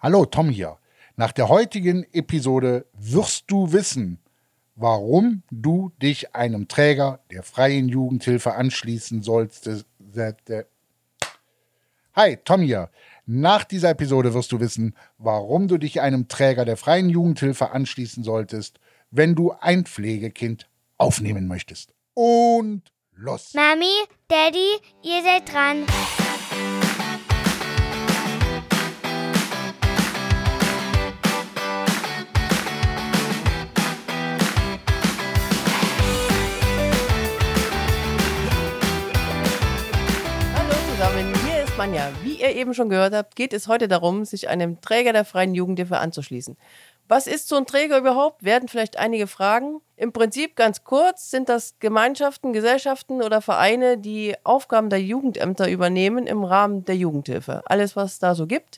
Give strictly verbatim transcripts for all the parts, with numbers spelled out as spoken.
Hallo, Tom hier. Nach der heutigen Episode wirst du wissen, warum du dich einem Träger der freien Jugendhilfe anschließen solltest. Hi, Tom hier. Nach dieser Episode wirst du wissen, warum du dich einem Träger der freien Jugendhilfe anschließen solltest, wenn du ein Pflegekind aufnehmen möchtest. Und los! Mami, Daddy, ihr seid dran. Hier ist Manja. Wie ihr eben schon gehört habt, geht es heute darum, sich einem Träger der freien Jugendhilfe anzuschließen. Was ist so ein Träger überhaupt? Werden vielleicht einige fragen. Im Prinzip ganz kurz sind das Gemeinschaften, Gesellschaften oder Vereine, die Aufgaben der Jugendämter übernehmen im Rahmen der Jugendhilfe. Alles, was es da so gibt.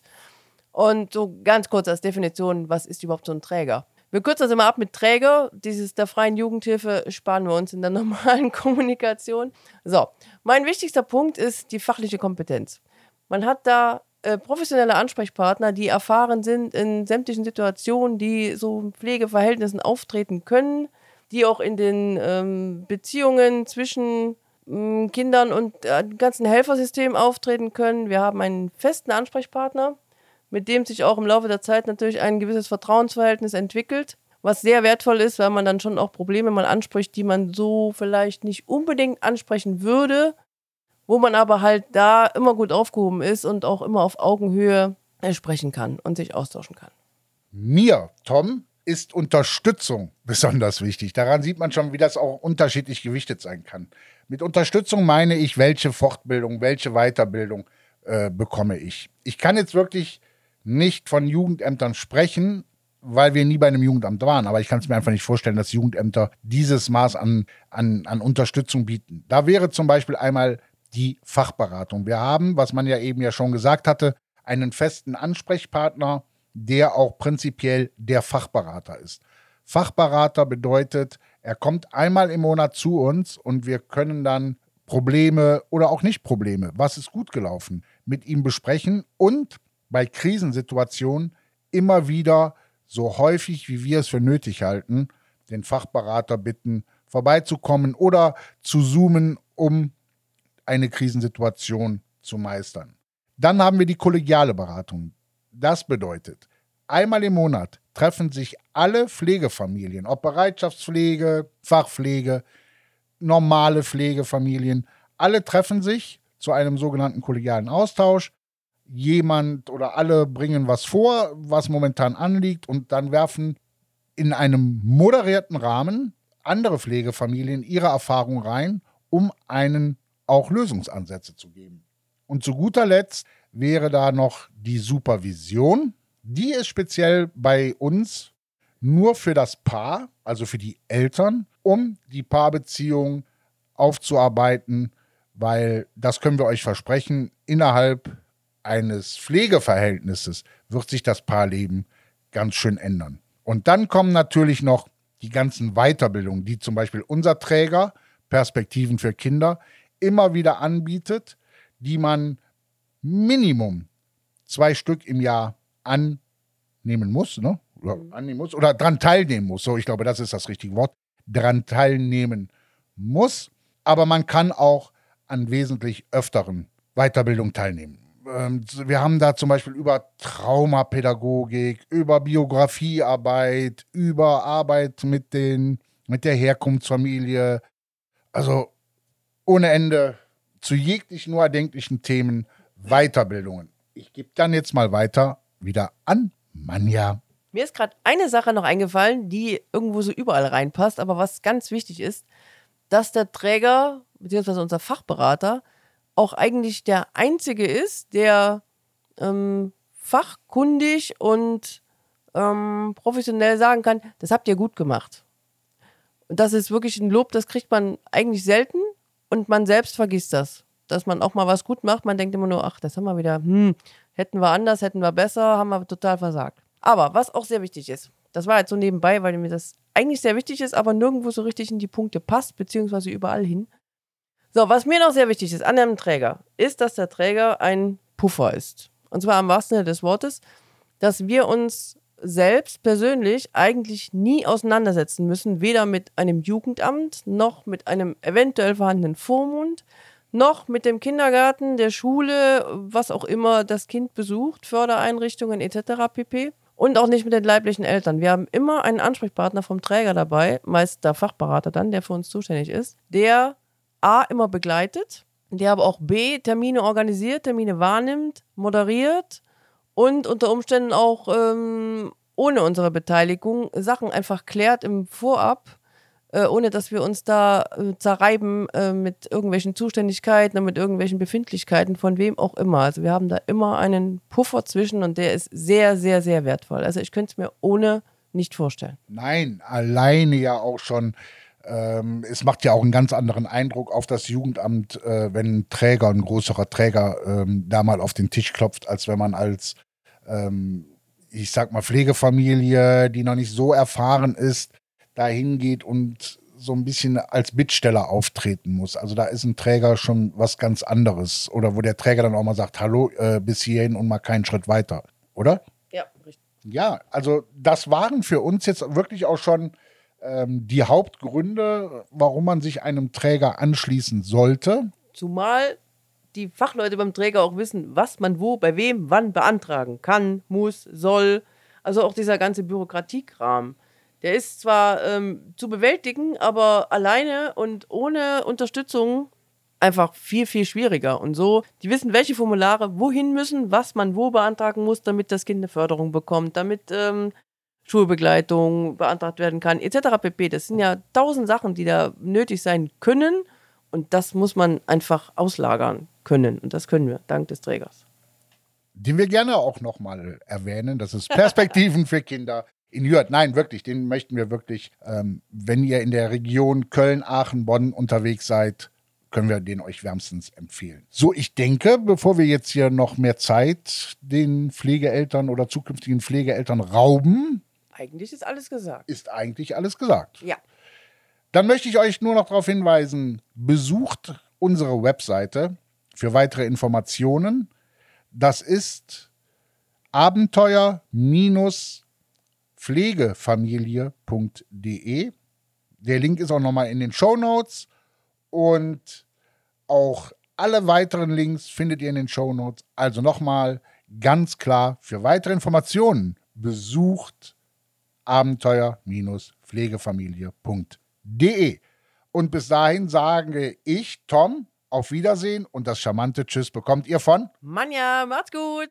Und so ganz kurz als Definition, was ist überhaupt so ein Träger? Wir kürzen das immer ab mit Träger. Dieses der freien Jugendhilfe sparen wir uns in der normalen Kommunikation. So, mein wichtigster Punkt ist die fachliche Kompetenz. Man hat da äh, professionelle Ansprechpartner, die erfahren sind in sämtlichen Situationen, die so in Pflegeverhältnissen auftreten können, die auch in den ähm, Beziehungen zwischen ähm, Kindern und äh, dem ganzen Helfersystem auftreten können. Wir haben einen festen Ansprechpartner, mit dem sich auch im Laufe der Zeit natürlich ein gewisses Vertrauensverhältnis entwickelt, was sehr wertvoll ist, weil man dann schon auch Probleme mal anspricht, die man so vielleicht nicht unbedingt ansprechen würde, wo man aber halt da immer gut aufgehoben ist und auch immer auf Augenhöhe sprechen kann und sich austauschen kann. Mir, Tom, ist Unterstützung besonders wichtig. Daran sieht man schon, wie das auch unterschiedlich gewichtet sein kann. Mit Unterstützung meine ich, welche Fortbildung, welche Weiterbildung äh, bekomme ich. Ich kann jetzt wirklich nicht von Jugendämtern sprechen, weil wir nie bei einem Jugendamt waren. Aber ich kann es mir einfach nicht vorstellen, dass Jugendämter dieses Maß an, an, an Unterstützung bieten. Da wäre zum Beispiel einmal die Fachberatung. Wir haben, was man ja eben ja schon gesagt hatte, einen festen Ansprechpartner, der auch prinzipiell der Fachberater ist. Fachberater bedeutet, er kommt einmal im Monat zu uns und wir können dann Probleme oder auch nicht Probleme, was ist gut gelaufen, mit ihm besprechen und bei Krisensituationen immer wieder, so häufig wie wir es für nötig halten, den Fachberater bitten, vorbeizukommen oder zu zoomen, um eine Krisensituation zu meistern. Dann haben wir die kollegiale Beratung. Das bedeutet, einmal im Monat treffen sich alle Pflegefamilien, ob Bereitschaftspflege, Fachpflege, normale Pflegefamilien, alle treffen sich zu einem sogenannten kollegialen Austausch. Jemand oder alle bringen was vor, was momentan anliegt, und dann werfen in einem moderierten Rahmen andere Pflegefamilien ihre Erfahrung rein, um einen auch Lösungsansätze zu geben. Und zu guter Letzt wäre da noch die Supervision. Die ist speziell bei uns nur für das Paar, also für die Eltern, um die Paarbeziehung aufzuarbeiten, weil, das können wir euch versprechen, innerhalb eines Pflegeverhältnisses wird sich das Paarleben ganz schön ändern. Und dann kommen natürlich noch die ganzen Weiterbildungen, die zum Beispiel unser Träger Perspektiven für Kinder immer wieder anbietet, die man Minimum zwei Stück im Jahr annehmen muss, ne? Oder annehmen muss oder dran teilnehmen muss. So, ich glaube, das ist das richtige Wort. Dran teilnehmen muss, aber man kann auch an wesentlich öfteren Weiterbildungen teilnehmen. Wir haben da zum Beispiel über Traumapädagogik, über Biografiearbeit, über Arbeit mit, den, mit der Herkunftsfamilie, also ohne Ende zu jeglichen nur erdenklichen Themen Weiterbildungen. Ich gebe dann jetzt mal weiter wieder an Manja. Mir ist gerade eine Sache noch eingefallen, die irgendwo so überall reinpasst, aber was ganz wichtig ist, dass der Träger bzw. unser Fachberater auch eigentlich der Einzige ist, der ähm, fachkundig und ähm, professionell sagen kann, das habt ihr gut gemacht. Und das ist wirklich ein Lob, das kriegt man eigentlich selten und man selbst vergisst das. Dass man auch mal was gut macht, man denkt immer nur, ach, das haben wir wieder, hm, hätten wir anders, hätten wir besser, haben wir total versagt. Aber was auch sehr wichtig ist, das war jetzt so nebenbei, weil mir das eigentlich sehr wichtig ist, aber nirgendwo so richtig in die Punkte passt, beziehungsweise überall hin. So, was mir noch sehr wichtig ist an einem Träger, ist, dass der Träger ein Puffer ist. Und zwar am wahrsten Sinne des Wortes. dass wir uns selbst persönlich eigentlich nie auseinandersetzen müssen, weder mit einem Jugendamt, noch mit einem eventuell vorhandenen Vormund, noch mit dem Kindergarten, der Schule, was auch immer das Kind besucht, Fördereinrichtungen et cetera pp. Und auch nicht mit den leiblichen Eltern. Wir haben immer einen Ansprechpartner vom Träger dabei, meist der Fachberater dann, der für uns zuständig ist, der A, immer begleitet, der aber auch B, Termine organisiert, Termine wahrnimmt, moderiert und unter Umständen auch ähm, ohne unsere Beteiligung Sachen einfach klärt im Vorab, äh, ohne dass wir uns da äh, zerreiben äh, mit irgendwelchen Zuständigkeiten und mit irgendwelchen Befindlichkeiten von wem auch immer. Also wir haben da immer einen Puffer zwischen und der ist sehr, sehr, sehr wertvoll. Also ich könnte es mir ohne nicht vorstellen. Nein, alleine ja auch schon. Ähm, es macht ja auch einen ganz anderen Eindruck auf das Jugendamt, äh, wenn ein Träger, ein größerer Träger ähm, da mal auf den Tisch klopft, als wenn man als ähm, ich sag mal, Pflegefamilie, die noch nicht so erfahren ist, da hingeht und so ein bisschen als Bittsteller auftreten muss. Also da ist ein Träger schon was ganz anderes. Oder wo der Träger dann auch mal sagt, hallo, äh, bis hierhin und mal keinen Schritt weiter. Oder? Ja, richtig. Ja, also das waren für uns jetzt wirklich auch schon ähm, die Hauptgründe, warum man sich einem Träger anschließen sollte. Zumal die Fachleute beim Träger auch wissen, was man wo, bei wem, wann beantragen kann, muss, soll. Also auch dieser ganze Bürokratiekram. Der ist zwar ähm, zu bewältigen, aber alleine und ohne Unterstützung einfach viel, viel schwieriger. Und so, die wissen, welche Formulare wohin müssen, was man wo beantragen muss, damit das Kind eine Förderung bekommt, damit ähm, Schulbegleitung beantragt werden kann, et cetera pp. Das sind ja tausend Sachen, die da nötig sein können. Und das muss man einfach auslagern können. Und das können wir, dank des Trägers. Den wir gerne auch nochmal erwähnen. Das ist Perspektiven für Kinder in Jürt. Nein, wirklich, den möchten wir wirklich, ähm, wenn ihr in der Region Köln, Aachen, Bonn unterwegs seid, können wir den euch wärmstens empfehlen. So, ich denke, bevor wir jetzt hier noch mehr Zeit den Pflegeeltern oder zukünftigen Pflegeeltern rauben, Eigentlich ist alles gesagt. ist eigentlich alles gesagt. Ja. Dann möchte ich euch nur noch darauf hinweisen, besucht unsere Webseite für weitere Informationen. Das ist abenteuer Pflegefamilie punkt de. Der Link ist auch nochmal in den Shownotes und auch alle weiteren Links findet ihr in den Shownotes. Also nochmal ganz klar, für weitere Informationen besucht abenteuer Pflegefamilie punkt de. Und bis dahin sage ich, Tom, auf Wiedersehen und das charmante Tschüss bekommt ihr von Manja, macht's gut!